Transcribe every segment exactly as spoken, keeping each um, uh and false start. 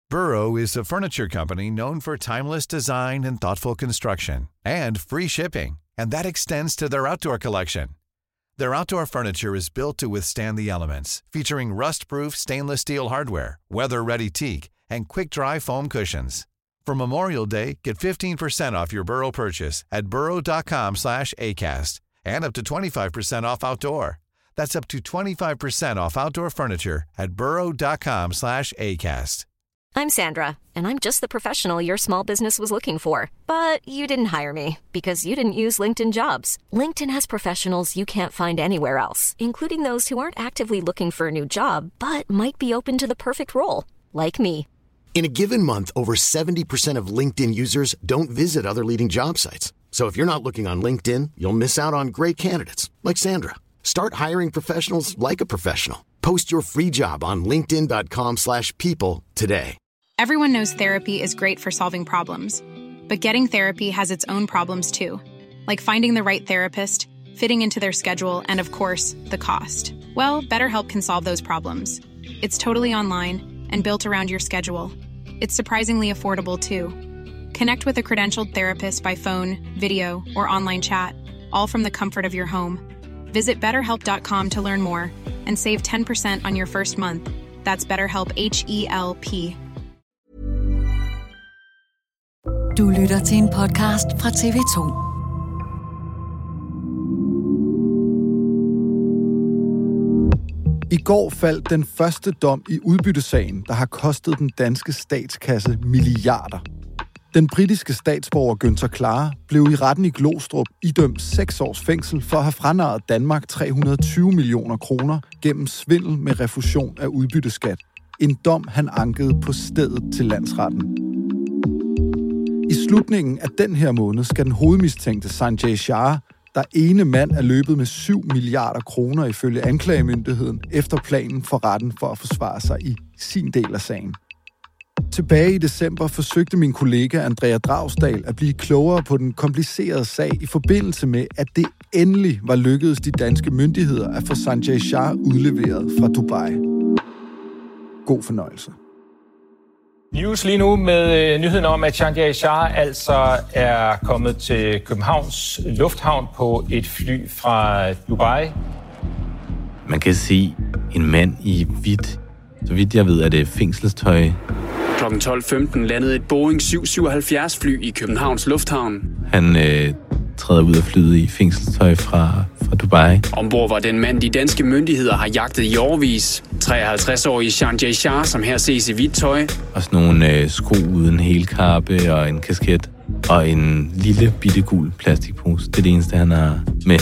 Burrow is a furniture company known for timeless design and thoughtful construction, and free shipping, and that extends to their outdoor collection. Their outdoor furniture is built to withstand the elements, featuring rust-proof stainless steel hardware, weather-ready teak, and quick-dry foam cushions. For Memorial Day, get fifteen percent off your Burrow purchase at burrow.com slash ACAST and up to twenty-five percent off outdoor. That's up to twenty-five percent off outdoor furniture at burrow.com slash ACAST. I'm Sandra, and I'm just the professional your small business was looking for. But you didn't hire me because you didn't use LinkedIn Jobs. LinkedIn has professionals you can't find anywhere else, including those who aren't actively looking for a new job, but might be open to the perfect role, like me. In a given month, over seventy percent of LinkedIn users don't visit other leading job sites. So if you're not looking on LinkedIn, you'll miss out on great candidates, like Sandra. Start hiring professionals like a professional. Post your free job on linkedin.com slash people today. Everyone knows therapy is great for solving problems, but getting therapy has its own problems too, like finding the right therapist, fitting into their schedule, and of course, the cost. Well, BetterHelp can solve those problems. It's totally online and built around your schedule. It's surprisingly affordable too. Connect with a credentialed therapist by phone, video, or online chat, all from the comfort of your home. Visit better help dot com to learn more and save ten percent on your first month. That's BetterHelp, H E L P. Du lytter til en podcast fra T V to. I går faldt den første dom i udbyttesagen, der har kostet den danske statskasse milliarder. Den britiske statsborger Günther Klar blev i retten i Glostrup idømt seks års fængsel for at have franarret Danmark tre hundrede og tyve millioner kroner gennem svindel med refusion af udbytteskat. En dom, han ankede på stedet til landsretten. I slutningen af den her måned skal den hovedmistænkte Sanjay Shah, der ene mand er løbet med syv milliarder kroner ifølge anklagemyndigheden efter planen for retten for at forsvare sig i sin del af sagen. Tilbage i december forsøgte min kollega Andrea Dragsdahl at blive klogere på den komplicerede sag i forbindelse med, at det endelig var lykkedes de danske myndigheder at få Sanjay Shah udleveret fra Dubai. God fornøjelse. News lige nu med øh, nyheden om, at Sanjay Shah altså er kommet til Københavns Lufthavn på et fly fra Dubai. Man kan se en mand i hvidt. Så vidt jeg ved, er det fængselstøj. klokken tolv femten landede et Boeing syv syvoghalvfjerds fly i Københavns Lufthavn. Han øh, træder ud af flyet i fængselstøj fra, fra Dubai. Ombord var den mand, de danske myndigheder har jagtet i årevis. treoghalvtreds-årige Sanjay Shah, som her ses i hvidt tøj. Og sådan nogle øh, sko uden helkappe og en kasket. Og en lille bitte gul plastikpose. Det er det eneste, han har med.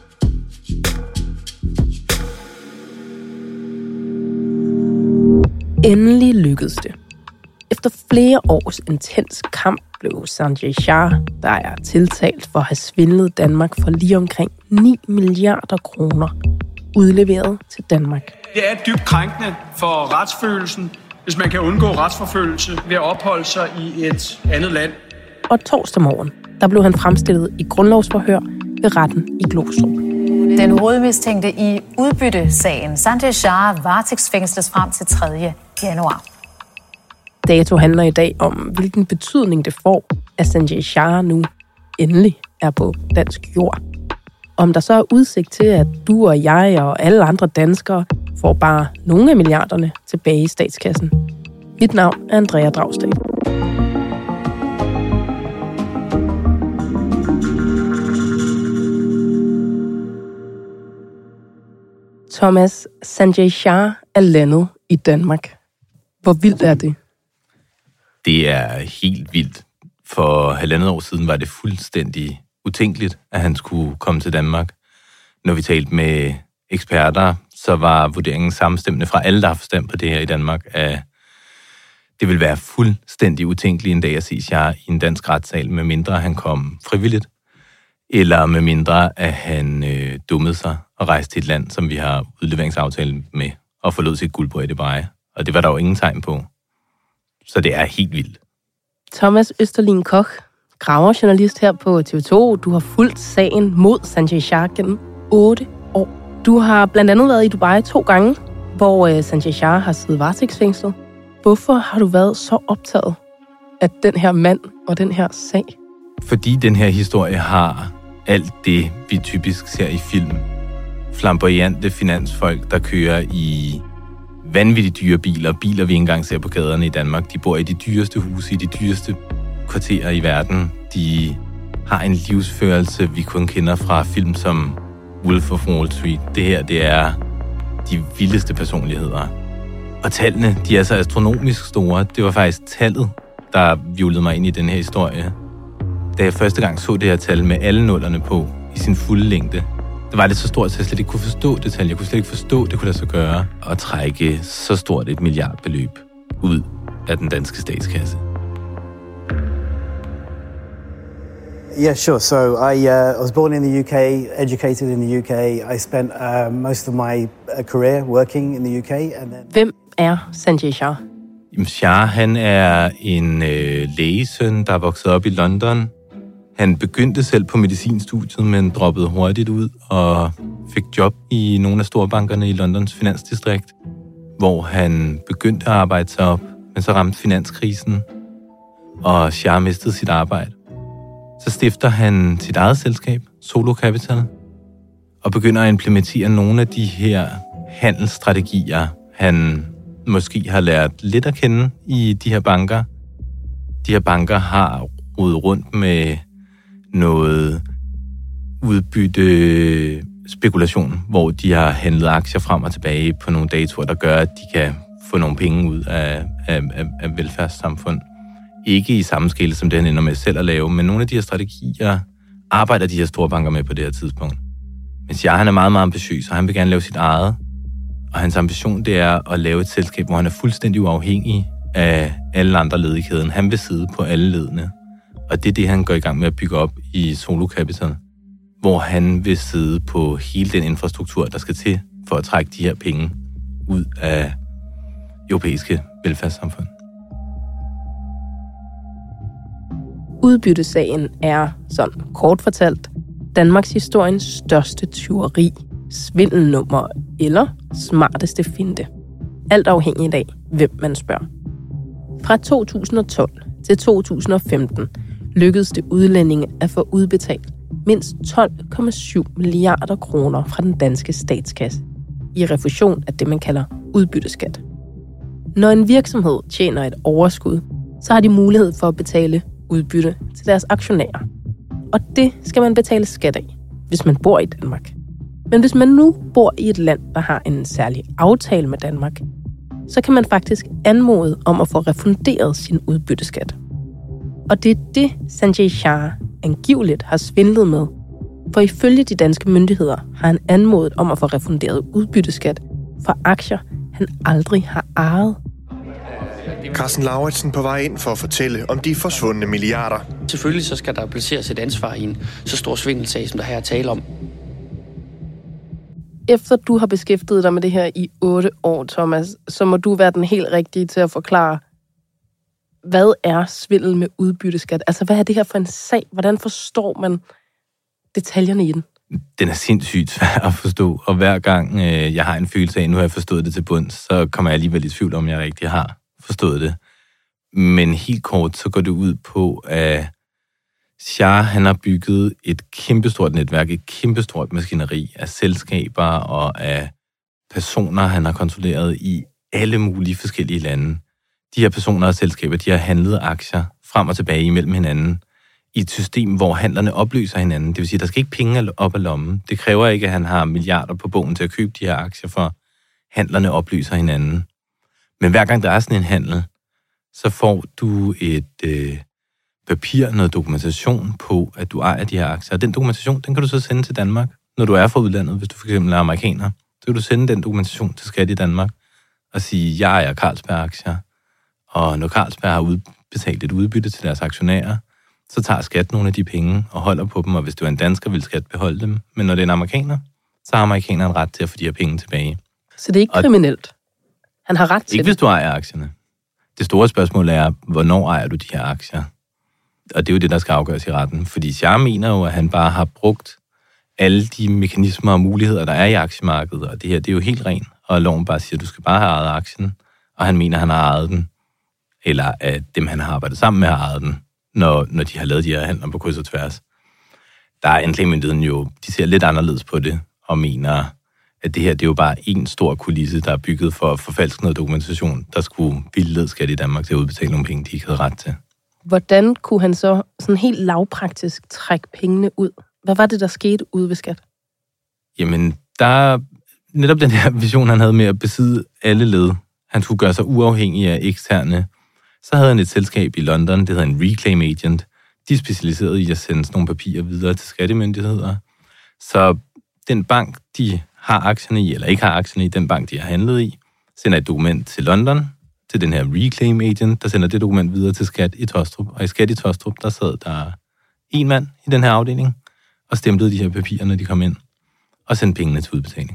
Endelig lykkedes det. Efter flere års intens kamp blev Sanjay Shah, der er tiltalt for at have svindlet Danmark for lige omkring ni milliarder kroner, udleveret til Danmark. Det er dybt krænkende for retsfølelsen, hvis man kan undgå retsforfølgelse ved at opholde sig i et andet land. Og torsdag morgen, der blev han fremstillet i grundlovsforhør ved retten i Glostrup. Den hovedmistænkte i udbyttesagen, Sanjay Shah, varetægtsfængsles frem til tredje januar. Dato handler i dag om, hvilken betydning det får, at Sanjay Shah nu endelig er på dansk jord. Om der så er udsigt til, at du og jeg og alle andre danskere får bare nogle af milliarderne tilbage i statskassen. Mit navn er Andrea Dragsdahl. Thomas, Sanjay Shah er landet i Danmark. Hvor vildt er det? Det er helt vildt. For halvandet år siden var det fuldstændig utænkeligt, at han skulle komme til Danmark. Når vi talte med eksperter, så var vurderingen samstemmende fra alle, der har forstand på det her i Danmark, at det ville være fuldstændig utænkeligt en dag at se Shah i en dansk retssal, med mindre han kom frivilligt, eller med mindre at han øh, dummede sig og rejste til et land, som vi har udleveringsaftale med, og forlod sit guldbrød i Dubai. Og det var der jo ingen tegn på. Så det er helt vildt. Thomas Østerlin Koch, graverjournalist her på T V to. Du har fulgt sagen mod Sanjay Shah gennem otte år. Du har blandt andet været i Dubai to gange, hvor Sanjay Shah har siddet varetægtsfængslet. Hvorfor har du været så optaget af den her mand og den her sag? Fordi den her historie har alt det, vi typisk ser i film. Flamboyante finansfolk, der kører i vanvittigt dyre biler. Biler, vi ikke engang ser på gaderne i Danmark. De bor i de dyreste huse, i de dyreste kvarterer i verden. De har en livsførelse, vi kun kender fra film som Wolf of Wall Street. Det her, det er de vildeste personligheder. Og tallene, de er så astronomisk store. Det var faktisk tallet, der hjulede mig ind i den her historie. Da jeg første gang så det her tal med alle nullerne på i sin fulde længde, det var lidt så stort, at jeg slet ikke kunne forstå det tal. Jeg kunne slet ikke forstå, det kunne lade sig gøre at trække så stort et milliardbeløb ud af den danske statskasse. Yeah, sure. So I, uh, I was born in the U K, educated in the U K. I spent uh, most of my uh, career working in the U K. And then... Hvem er Sanjay Shah? Jamen, Shah, han er en øh, lægesøn, der er vokset op i London. Han begyndte selv på medicinstudiet, men droppede hurtigt ud og fik job i nogle af storbankerne i Londons finansdistrikt, hvor han begyndte at arbejde sig op, men så ramte finanskrisen, og Shah mistede sit arbejde. Så stifter han sit eget selskab, Solo Capital, og begynder at implementere nogle af de her handelsstrategier, han måske har lært lidt at kende i de her banker. De her banker har rodet rundt med noget udbytte spekulation, hvor de har handlet aktier frem og tilbage på nogle datoer, der gør, at de kan få nogle penge ud af, af, af, af velfærdssamfund. Ikke i samme skala, som det han ender med selv at lave, men nogle af de her strategier arbejder de her store banker med på det her tidspunkt. Men Shah, han er meget, meget ambitiøs, og han vil gerne lave sit eget. Og hans ambition, det er at lave et selskab, hvor han er fuldstændig uafhængig af alle andre led i kæden. Han vil sidde på alle ledene. Og det er det, han går i gang med at bygge op i Solo Capital, hvor han vil sidde på hele den infrastruktur, der skal til for at trække de her penge ud af europæiske velfærdssamfund. Udbyttesagen er, sådan kort fortalt, Danmarks historiens største tyveri, svindelnummer eller smarteste finte. Alt afhængigt af, hvem man spørger. Fra to tusind og tolv til to tusind og femten lykkedes det udlændinge at få udbetalt mindst tolv komma syv milliarder kroner fra den danske statskasse i refusion af det, man kalder udbytteskat. Når en virksomhed tjener et overskud, så har de mulighed for at betale udbytte til deres aktionærer. Og det skal man betale skat af, hvis man bor i Danmark. Men hvis man nu bor i et land, der har en særlig aftale med Danmark, så kan man faktisk anmode om at få refunderet sin udbytteskat. Og det er det, Sanjay Shah angiveligt har svindlet med. For ifølge de danske myndigheder har han anmodet om at få refunderet udbytteskat for aktier, han aldrig har ejet. Carsten Lauritsen på vej ind for at fortælle om de forsvundne milliarder. Selvfølgelig så skal der placeres et ansvar i en så stor svindelsag, som der her er tale om. Efter du har beskæftiget dig med det her i otte år, Thomas, så må du være den helt rigtige til at forklare, hvad er svindel med udbytteskat? Altså, hvad er det her for en sag? Hvordan forstår man detaljerne i den? Den er sindssygt svær at forstå, og hver gang øh, jeg har en følelse af, nu har jeg forstået det til bunds, så kommer jeg alligevel i tvivl om, jeg rigtig har forstået det. Men helt kort, så går det ud på, at Shah, han har bygget et kæmpestort netværk, et kæmpestort maskineri af selskaber og af personer, han har kontrolleret i alle mulige forskellige lande. De her personer og selskaber, de har handlet aktier frem og tilbage imellem hinanden i et system, hvor handlerne opløser hinanden. Det vil sige, at der skal ikke penge op af lommen. Det kræver ikke, at han har milliarder på bogen til at købe de her aktier, for handlerne opløser hinanden. Men hver gang der er sådan en handel, så får du et øh, papir, noget dokumentation på, at du ejer de her aktier. Og den dokumentation, den kan du så sende til Danmark, når du er fra udlandet. Hvis du for eksempel er amerikaner, så kan du sende den dokumentation til Skat i Danmark og sige, jeg ejer Carlsberg-aktier. Og når Carlsberg har udbetalt et udbytte til deres aktionærer, så tager Skat nogle af de penge og holder på dem, og hvis du er en dansker, vil Skat beholde dem. Men når det er en amerikaner, så har amerikaneren ret til at få de her penge tilbage. Så det er ikke og kriminelt? Han har ret til ikke, det? Hvis du ejer aktierne. Det store spørgsmål er, hvornår ejer du de her aktier? Og det er jo det, der skal afgøres i retten. Fordi Shah mener jo, at han bare har brugt alle de mekanismer og muligheder, der er i aktiemarkedet. Og det her, det er jo helt rent. Og loven bare siger, at du skal bare have ejet aktien. Og han mener, at han har ejet den eller at dem, han har arbejdet sammen med, har ejet den, når, når de har lavet de her handler på kryds og tværs. Der er anklagemyndigheden jo, de ser lidt anderledes på det, og mener, at det her, det er jo bare en stor kulisse, der er bygget for at forfalske noget dokumentation, der skulle vildlede skat i Danmark til at udbetale nogle penge, de ikke havde ret til. Hvordan kunne han så sådan helt lavpraktisk trække pengene ud? Hvad var det, der skete ude ved skat? Jamen, der netop den her vision, han havde med at besidde alle led. Han skulle gøre sig uafhængig af eksterne. Så havde han et selskab i London, det hedder en reclaim agent. De er specialiseret i at sende sådan nogle papirer videre til skattemyndigheder. Så den bank, de har aktierne i, eller ikke har aktierne i, den bank, de har handlet i, sender et dokument til London, til den her reclaim agent, der sender det dokument videre til skat i Tostrup. Og i skat i Tostrup, der sad der en mand i den her afdeling, og stemplede de her papirer, når de kom ind, og sendte pengene til udbetaling.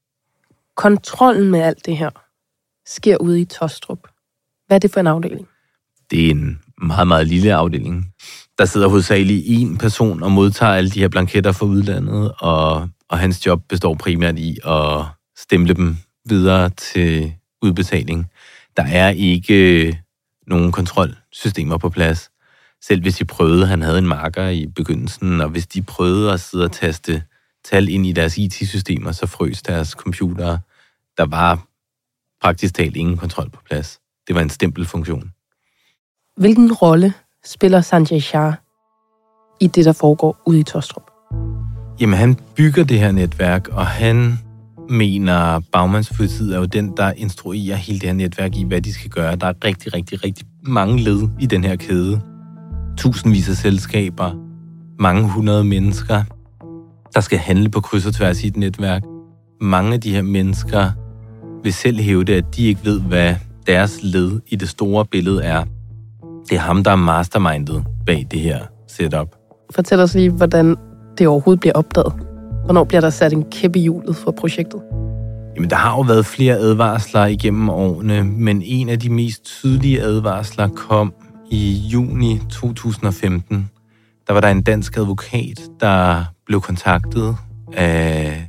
Kontrollen med alt det her sker ude i Tostrup. Hvad er det for en afdeling? Det er en meget, meget lille afdeling. Der sidder hovedsageligt en person og modtager alle de her blanketter fra udlandet, og, og hans job består primært i at stemple dem videre til udbetaling. Der er ikke nogen kontrolsystemer på plads. Selv hvis de prøvede, han havde en marker i begyndelsen, og hvis de prøvede at sidde og taste tal ind i deres I T-systemer, så frøs deres computere. Der var praktisk talt ingen kontrol på plads. Det var en stempelfunktion. Hvilken rolle spiller Sanjay Shah i det, der foregår ude i Tostrup? Jamen, han bygger det her netværk, og han mener, bagmandspolitiet er jo den, der instruerer hele det her netværk i, hvad de skal gøre. Der er rigtig, rigtig, rigtig mange led i den her kæde. Tusindvis af selskaber, mange hundrede mennesker, der skal handle på kryds og tværs i et netværk. Mange af de her mennesker vil selv hævde, at de ikke ved, hvad deres led i det store billede er. Det er ham, der er mastermindet bag det her setup. Fortæl os lige, hvordan det overhovedet bliver opdaget. Hvornår bliver der sat en kæp i hjulet for projektet? Jamen, der har jo været flere advarsler igennem årene, men en af de mest tydelige advarsler kom i juni to tusind og femten. Der var der en dansk advokat, der blev kontaktet af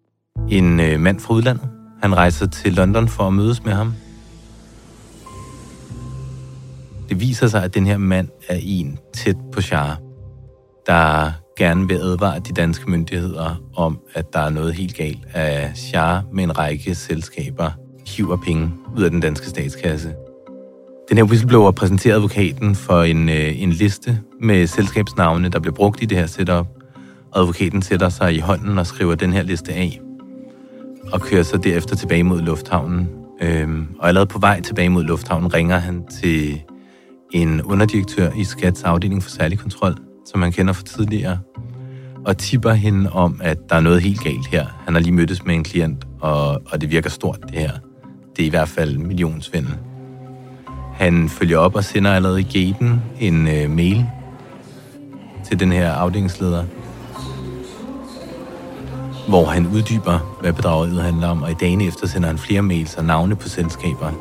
en mand fra udlandet. Han rejser til London for at mødes med ham. Det viser sig, at den her mand er en tæt på Shah, der gerne vil advare de danske myndigheder om, at der er noget helt galt, at Shah med en række selskaber hiver penge ud af den danske statskasse. Den her whistleblower præsenterer advokaten for en, en liste med selskabsnavne, der bliver brugt i det her setup. Og advokaten sætter sig i hånden og skriver den her liste af, og kører så derefter tilbage mod lufthavnen. Øhm, og allerede på vej tilbage mod lufthavnen ringer han til en underdirektør i Skats afdeling for særlig kontrol, som han kender fra tidligere, og tipper hende om, at der er noget helt galt her. Han har lige mødtes med en klient, og, og det virker stort, det her. Det er i hvert fald millionsvindel. Han følger op og sender allerede i gaten en øh, mail til den her afdelingsleder, hvor han uddyber, hvad bedrageriet handler om, og i dagene efter sender han flere mails og navne på selskaber.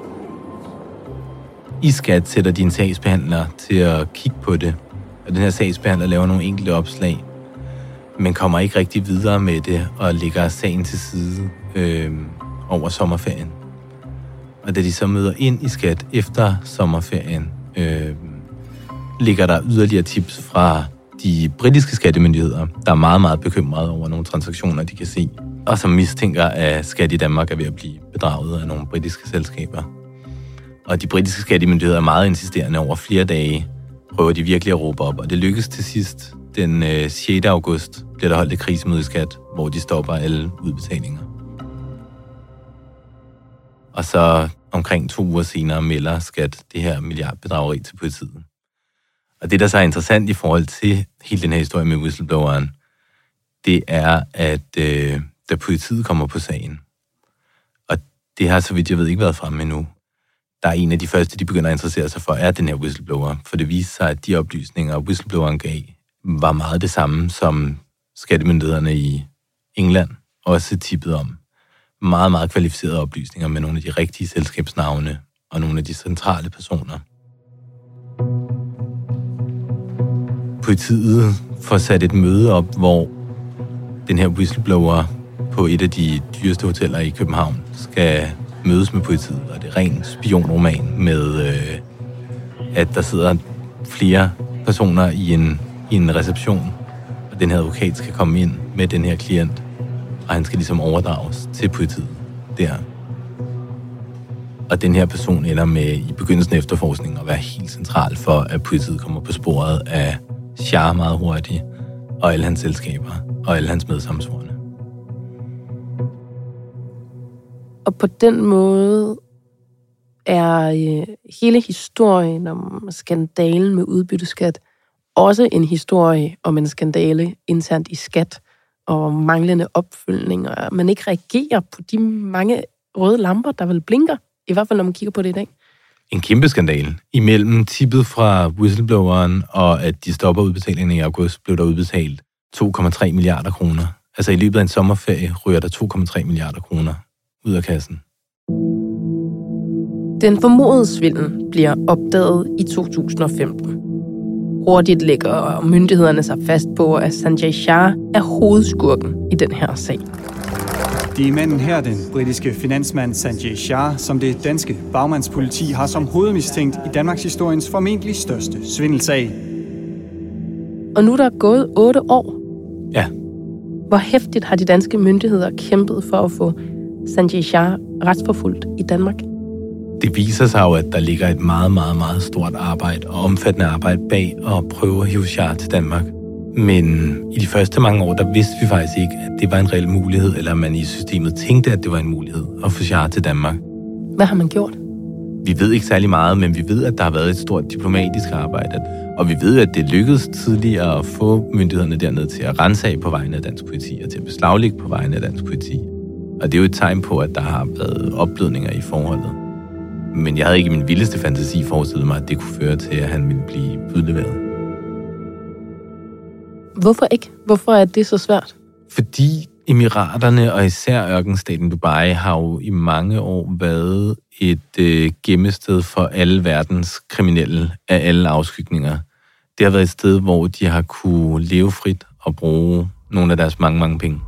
I Skat sætter de en sagsbehandler til at kigge på det, og den her sagsbehandler laver nogle enkelte opslag, men kommer ikke rigtig videre med det og lægger sagen til side øh, over sommerferien. Og da de så møder ind i Skat efter sommerferien, øh, ligger der yderligere tips fra de britiske skattemyndigheder, der er meget, meget bekymrede over nogle transaktioner, de kan se, og som mistænker, at Skat i Danmark er ved at blive bedraget af nogle britiske selskaber. Og de britiske skattemyndigheder er meget insisterende over flere dage, prøver de virkelig at råbe op, og det lykkes til sidst. Den øh, sjette august bliver der holdt et krisemøde i Skat, hvor de stopper alle udbetalinger. Og så omkring to uger senere melder Skat det her milliardbedrageri til politiet. Og det, der så er interessant i forhold til hele den her historie med whistlebloweren, det er, at øh, da politiet kommer på sagen, og det har, så vidt jeg ved, ikke været fremme endnu, der er en af de første, de begynder at interessere sig for, er den her whistleblower. For det viser sig, at de oplysninger, whistlebloweren gav, var meget det samme, som skattemyndighederne i England også tippede om. Meget, meget kvalificerede oplysninger med nogle af de rigtige selskabsnavne og nogle af de centrale personer. Politiet får sat et møde op, hvor den her whistleblower på et af de dyreste hoteller i København skal mødes med politiet, og det er ren spionroman med øh, at der sidder flere personer i en, i en reception, og den her advokat skal komme ind med den her klient, og han skal ligesom overdrages til politiet der. Og den her person ender med i begyndelsen af efterforskningen at være helt central for, at politiet kommer på sporet af Shah meget hurtigt, og alle hans selskaber, og alle hans medsammensvorne. Og på den måde er øh, hele historien om skandalen med udbytteskat også en historie om en skandale internt i skat og manglende opfølgning, og man ikke reagerer på de mange røde lamper, der vel blinker, i hvert fald når man kigger på det i dag. En kæmpe skandale. Imellem tippet fra whistlebloweren og at de stopper udbetalingen i august, blev der udbetalt to komma tre milliarder kroner. Altså i løbet af en sommerferie ryger der to komma tre milliarder kroner ud af kassen. Den formodede svindel bliver opdaget i to tusind og femten. Hurtigt lægger myndighederne sig fast på, at Sanjay Shah er hovedskurken i den her sag. Det er manden her, den britiske finansmand Sanjay Shah, som det danske bagmandspoliti har som hovedmistænkt i Danmarks historiens formentlig største svindelsag. Og nu er der gået otte år. Ja. Hvor heftigt har de danske myndigheder kæmpet for at få Sanjay Shah retsforfulgt i Danmark? Det viser sig jo, at der ligger et meget, meget, meget stort arbejde og omfattende arbejde bag at prøve at hive Shah til Danmark. Men i de første mange år, der vidste vi faktisk ikke, at det var en reel mulighed, eller man i systemet tænkte, at det var en mulighed at få Shah til Danmark. Hvad har man gjort? Vi ved ikke særlig meget, men vi ved, at der har været et stort diplomatisk arbejde. Og vi ved, at det lykkedes tidligere at få myndighederne dernede til at rense af på vegne af dansk politi og til at beslaglægge på vegne af dansk politi. Og det er jo et tegn på, at der har været opblødninger i forholdet. Men jeg havde ikke i min vildeste fantasi forestillet mig, at det kunne føre til, at han ville blive udleveret. Hvorfor ikke? Hvorfor er det så svært? Fordi Emiraterne og især ørkenstaten Dubai har jo i mange år været et øh, gemmested for alle verdens kriminelle af alle afskygninger. Det har været et sted, hvor de har kunne leve frit og bruge nogle af deres mange, mange penge.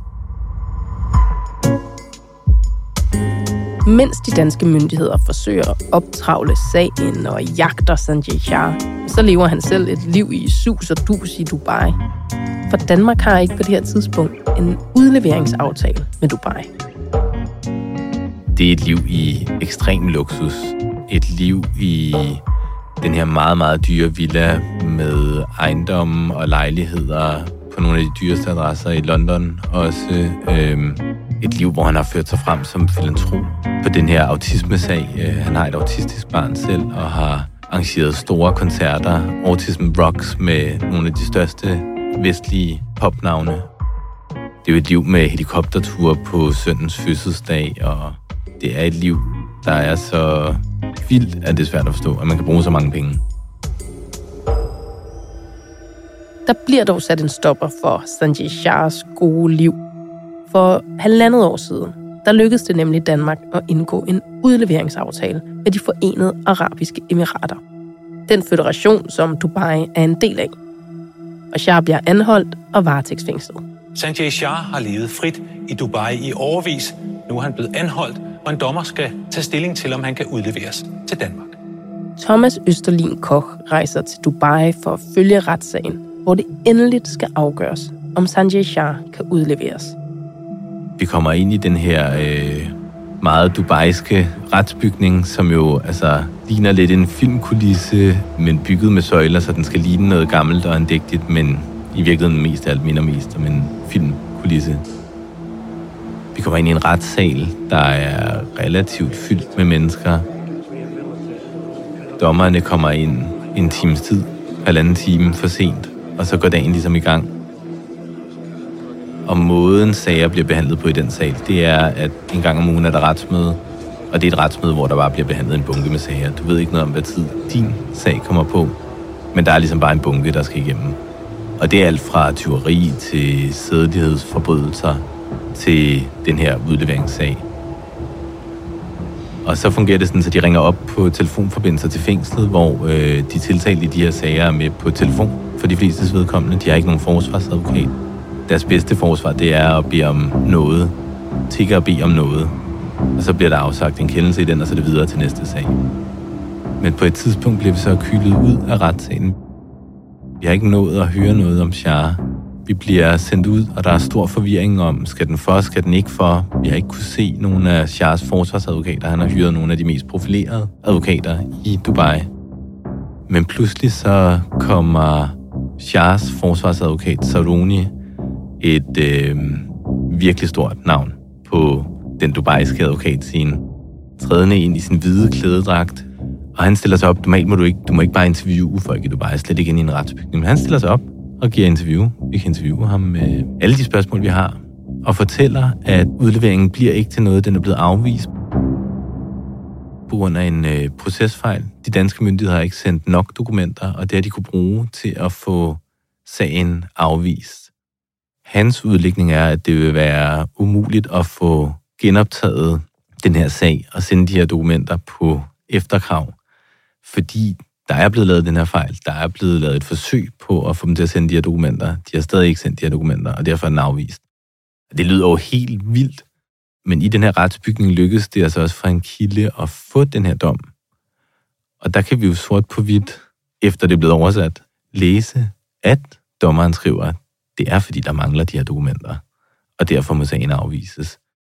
Mens de danske myndigheder forsøger at optravle sagen og jagter Sanjay Shah, så lever han selv et liv i sus og dus i Dubai. For Danmark har ikke på det her tidspunkt en udleveringsaftale med Dubai. Det er et liv i ekstrem luksus. Et liv i den her meget, meget dyre villa med ejendomme og lejligheder på nogle af de dyreste adresser i London. Også øhm, et liv, hvor han har ført sig frem som filantrop på den her autismesag. Han har et autistisk barn selv og har arrangeret store koncerter, Autism Rocks, med nogle af de største vestlige popnavne. Det er jo et liv med helikopterture på sønnens fødselsdag, og det er et liv, der er så vildt, at det er svært at forstå, at man kan bruge så mange penge. Der bliver dog sat en stopper for Sanjay Shahs gode liv. For halvandet år siden, der lykkedes det nemlig Danmark at indgå en udleveringsaftale med de Forenede Arabiske Emirater. Den føderation, som Dubai er en del af. Og Shah bliver anholdt og varetægtsfængslet. Sanjay Shah har levet frit i Dubai i årevis. Nu er han blevet anholdt, og en dommer skal tage stilling til, om han kan udleveres til Danmark. Thomas Østerlin Koch rejser til Dubai for at følge retssagen, hvor det endeligt skal afgøres, om Sanjay Shah kan udleveres. Vi kommer ind i den her øh, meget dubaiske retsbygning, som jo altså ligner lidt en filmkulisse, men bygget med søjler, så den skal ligne noget gammelt og andægtigt, men i virkeligheden mest af alt minder mest om en filmkulisse. Vi kommer ind i en retssal, der er relativt fyldt med mennesker. Dommerne kommer ind en times tid, halvanden time for sent, og så går dagen ligesom i gang. Og måden sager bliver behandlet på i den sal, det er, at en gang om ugen er der retsmøde, og det er et retsmøde, hvor der bare bliver behandlet en bunke med sager. Du ved ikke noget om, hvad tid din sag kommer på, men der er ligesom bare en bunke, der skal igennem. Og det er alt fra tyveri til sædelighedsforbrydelser til den her udleveringssag. Og så fungerer det sådan, at de ringer op på telefonforbindelser til fængslet, hvor øh, de tiltalte i de her sager er med på telefon for de flestes vedkommende. De har ikke nogen forsvarsadvokat. Deres bedste forsvar, det er at bede om noget. Tigge og bede om noget. Og så bliver der afsagt en kendelse i den, og så er det videre til næste sag. Men på et tidspunkt blev vi så kylet ud af retssagen. Vi har ikke nået at høre noget om Shah. Vi bliver sendt ud, og der er stor forvirring om, skal den for, skal den ikke for. Vi har ikke kunne se nogen af Shahs forsvarsadvokater. Han har hyret nogle af de mest profilerede advokater i Dubai. Men pludselig så kommer Shahs forsvarsadvokat Saroni, et øh, virkelig stort navn på den dubaiske advokatscene, trædende ind i sin hvide klædedragt. Og han stiller sig op. Normalt må du ikke, du må ikke bare interviewe folk i Dubai, slet ikke ind i en retsbygning. Men han stiller sig op og giver interview. Vi kan interviewe ham med alle de spørgsmål, vi har. Og fortæller, at udleveringen bliver ikke til noget, den er blevet afvist på grund af en øh, procesfejl. De danske myndigheder har ikke sendt nok dokumenter, og det har de kunne bruge til at få sagen afvist. Hans udlægning er, at det vil være umuligt at få genoptaget den her sag og sende de her dokumenter på efterkrav, fordi der er blevet lavet den her fejl. Der er blevet lavet et forsøg på at få dem til at sende de her dokumenter. De har stadig ikke sendt de her dokumenter, og derfor er den afvist. Det lyder jo helt vildt, men i den her retsbygning lykkedes det altså også fra en kilde at få den her dom. Og der kan vi jo sort på hvidt, efter det er blevet oversat, læse, at dommeren skriver, det er fordi, der mangler de her dokumenter, og derfor må sagen afvises.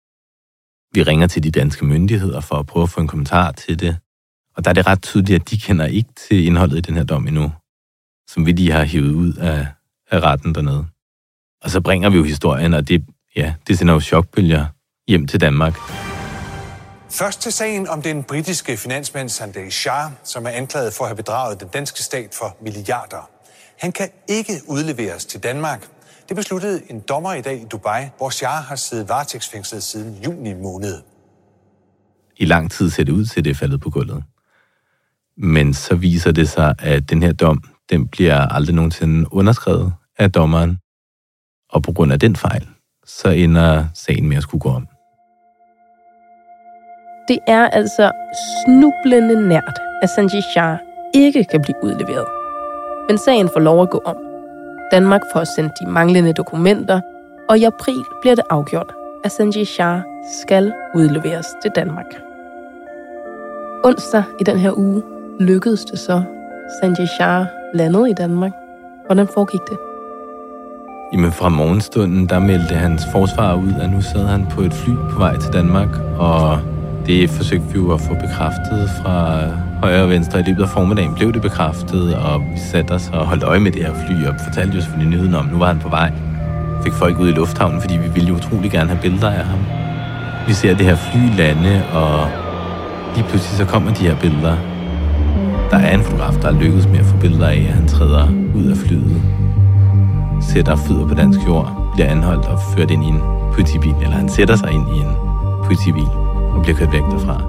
Vi ringer til de danske myndigheder for at prøve at få en kommentar til det, og der er det ret tydeligt, at de kender ikke til indholdet i den her dom endnu, som vi lige har hivet ud af, af retten dernede. Og så bringer vi jo historien, og det, ja, det sender jo chokbølger hjem til Danmark. Først til sagen om den britiske finansmand Sanjay Shah, som er anklaget for at have bedraget den danske stat for milliarder. Han kan ikke udleveres til Danmark. Det besluttede en dommer i dag i Dubai, hvor Shah har siddet varetægtsfængslet siden juni måned. I lang tid ser det ud til, at det er faldet på gulvet. Men så viser det sig, at den her dom, den bliver aldrig nogensinde underskrevet af dommeren. Og på grund af den fejl, så ender sagen med at skulle gå om. Det er altså snublende nært, at Sanjay Shah ikke kan blive udleveret. Men sagen får lov at gå om. Danmark får sendt de manglende dokumenter, og i april bliver det afgjort, at Sanjay Shah skal udleveres til Danmark. Onsdag i den her uge lykkedes det så. Sanjay Shah landede i Danmark. Hvordan foregik det? Jamen fra morgenstunden, der meldte hans forsvar ud, at nu sad han på et fly på vej til Danmark, og det forsøgte vi jo at få bekræftet fra højre og venstre. I løbet af formiddagen blev det bekræftet, og vi satte os og holdt øje med det her fly, og fortalte jo selvfølgelig nyheden om, nu var han på vej. Fik folk ud i lufthavnen, fordi vi ville jo utrolig gerne have billeder af ham. Vi ser det her fly lande, og lige pludselig så kommer de her billeder. Der er en fotograf, der er lykkedes med at få billeder af, at han træder ud af flyet, sætter fødder på dansk jord, bliver anholdt og ført ind i en politibil, eller han sætter sig ind i en politibil og bliver kørt væk derfra.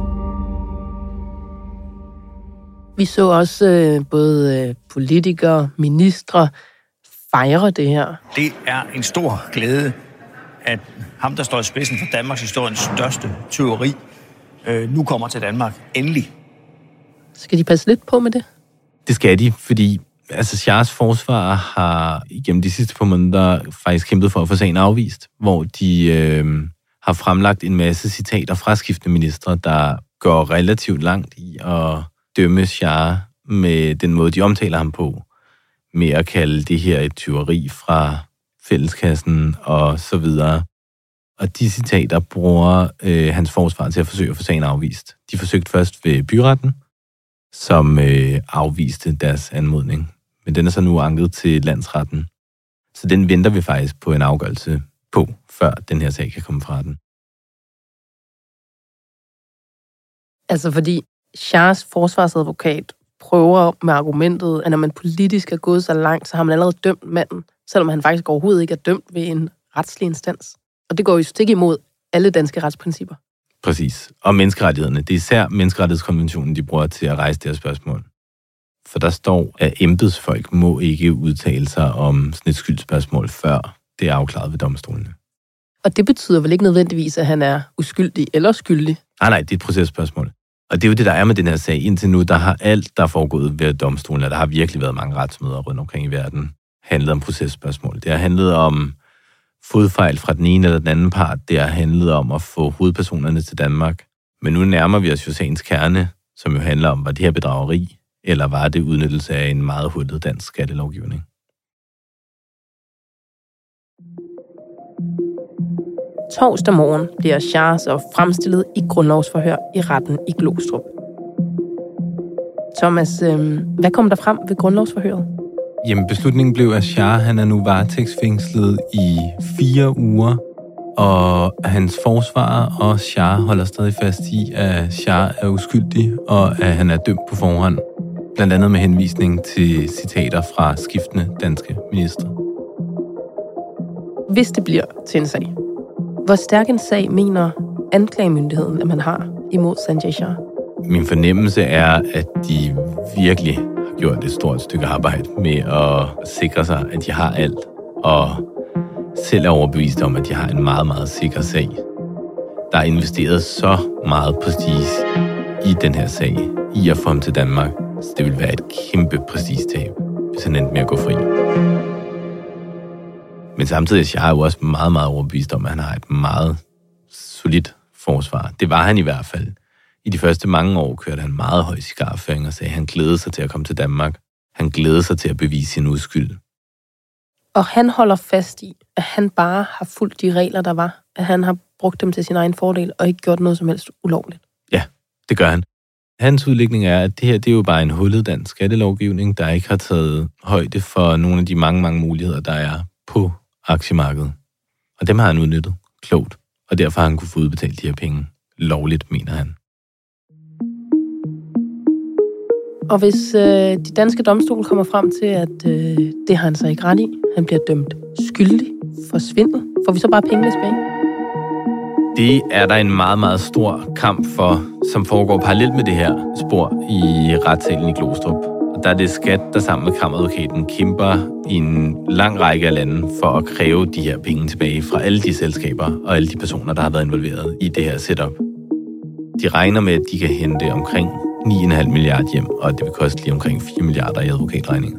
Vi så også øh, både øh, politikere, ministre fejre det her. Det er en stor glæde, at ham, der står i spidsen for Danmarks historiens største tyveri, øh, nu kommer til Danmark. Endelig. Skal de passe lidt på med det? Det skal de, fordi altså Shahs forsvar har igennem de sidste par måneder faktisk kæmpet for at få sagen afvist, hvor de øh, har fremlagt en masse citater fra skiftende ministre, der går relativt langt i at dømme Shah med den måde, de omtaler ham på, med at kalde det her et tyveri fra fælleskassen og så videre. Og de citater bruger øh, hans forsvar til at forsøge at få sagen afvist. De forsøgte først ved byretten, som øh, afviste deres anmodning. Men den er så nu anket til landsretten. Så den venter vi faktisk på en afgørelse på, før den her sag kan komme fra den. Altså fordi Shahs forsvarsadvokat prøver med argumentet, at når man politisk er gået så langt, så har man allerede dømt manden, selvom han faktisk overhovedet ikke er dømt ved en retslig instans. Og det går jo stik imod alle danske retsprincipper. Præcis. Og menneskerettighederne. Det er især menneskerettighedskonventionen, de bruger til at rejse det her spørgsmål. For der står, at embedsfolk må ikke udtale sig om sådan et skyldspørgsmål, før det er afklaret ved domstolene. Og det betyder vel ikke nødvendigvis, at han er uskyldig eller skyldig? Nej, nej, det er et processpørgsmål. Og det er jo det, der er med den her sag. Indtil nu, der har alt, der er foregået ved domstolen, og der har virkelig været mange retsmøder rundt omkring i verden, handlet om processpørgsmål. Det har handlet om fodfejl fra den ene eller den anden part. Det har handlet om at få hovedpersonerne til Danmark. Men nu nærmer vi os jo sagens kerne, som jo handler om, var det her bedrageri, eller var det udnyttelse af en meget hullet dansk skattelovgivning? Torsdag morgen bliver Shah så fremstillet i grundlovsforhør i retten i Glostrup. Thomas, øh, hvad kom der frem ved grundlovsforhøret? Jamen, beslutningen blev, at Shah han er nu varetægtsfængslet i fire uger, og hans forsvarer og Shah holder stadig fast i, at Shah er uskyldig, og at han er dømt på forhånd. Blandt andet med henvisning til citater fra skiftende danske ministre. Hvis det bliver til en sag, hvor stærk en sag mener anklagemyndigheden, at man har imod Sanjay Shah? Min fornemmelse er, at de virkelig har gjort et stort stykke arbejde med at sikre sig, at de har alt, og selv er overbevist om, at de har en meget, meget sikker sag. Der er investeret så meget prestige i den her sag, i at få ham til Danmark, så det vil være et kæmpe prestigetab, hvis han endte med at gå fri. Men samtidig er Shah jo også meget, meget overbevist om, at han har et meget solidt forsvar. Det var han i hvert fald. I de første mange år kørte han meget høj cigarføring og sagde, at han glædede sig til at komme til Danmark. Han glædede sig til at bevise sin uskyld. Og han holder fast i, at han bare har fulgt de regler, der var. At han har brugt dem til sin egen fordel og ikke gjort noget som helst ulovligt. Ja, det gør han. Hans udlægning er, at det her det er jo bare en hullet dansk skattelovgivning, der ikke har taget højde for nogle af de mange, mange muligheder, der er på aktiemarkedet. Og dem har han udnyttet klogt, og derfor har han kunne få udbetalt de her penge lovligt, mener han. Og hvis øh, de danske domstole kommer frem til, at øh, det har han så ikke ret i, han bliver dømt skyldig for svindel, får vi så bare pengene tilbage? Det er der en meget, meget stor kamp for, som foregår parallelt med det her spor i retssalen i Glostrup. Og der er det skat, der sammen med kammeradvokaten kæmper i en lang række af lande for at kræve de her penge tilbage fra alle de selskaber og alle de personer, der har været involveret i det her setup. De regner med, at de kan hente omkring ni komma fem milliarder hjem, og det vil koste lige omkring fire milliarder i advokatregninger.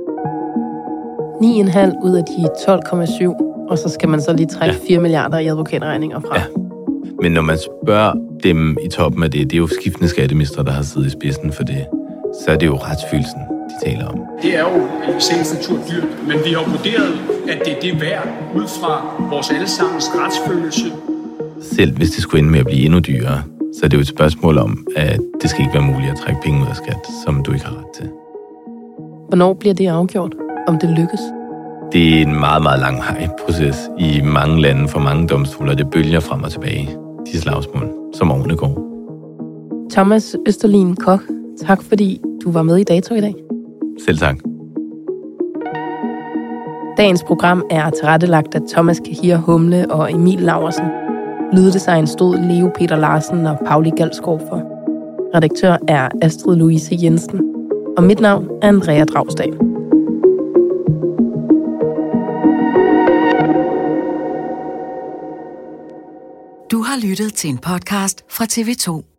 ni komma fem ud af de tolv komma syv, og så skal man så lige trække ja. fire milliarder i advokatregninger fra. Ja. Men når man spørger dem i toppen af det, det er jo skiftende skatteministre, der har siddet i spidsen for det, så er det jo retsfølelsen, de taler om. Det er jo i sagens natur dyrt, men vi har vurderet, at det er det værd ud fra vores allesammens retsfølelse. Selv hvis det skulle ende med at blive endnu dyrere, så er det jo et spørgsmål om, at det skal ikke være muligt at trække penge ud af skat, som du ikke har ret til. Hvornår bliver det afgjort, om det lykkes? Det er en meget, meget lang proces i mange lande for mange domstoler. Det bølger frem og tilbage, de slagsmål, som årene går. Thomas Østerlin Koch, tak fordi du var med i Dato i dag. Selv tak. Dagens program er tilrettelagt af Thomas Kahir Humle og Emil Laursen. Lyddesign stod Leo Peter Larsen og Pauli Galskov for. Redaktør er Astrid Louise Jensen. Og mit navn er Andrea Dragsdal. Du har lyttet til en podcast fra T V to.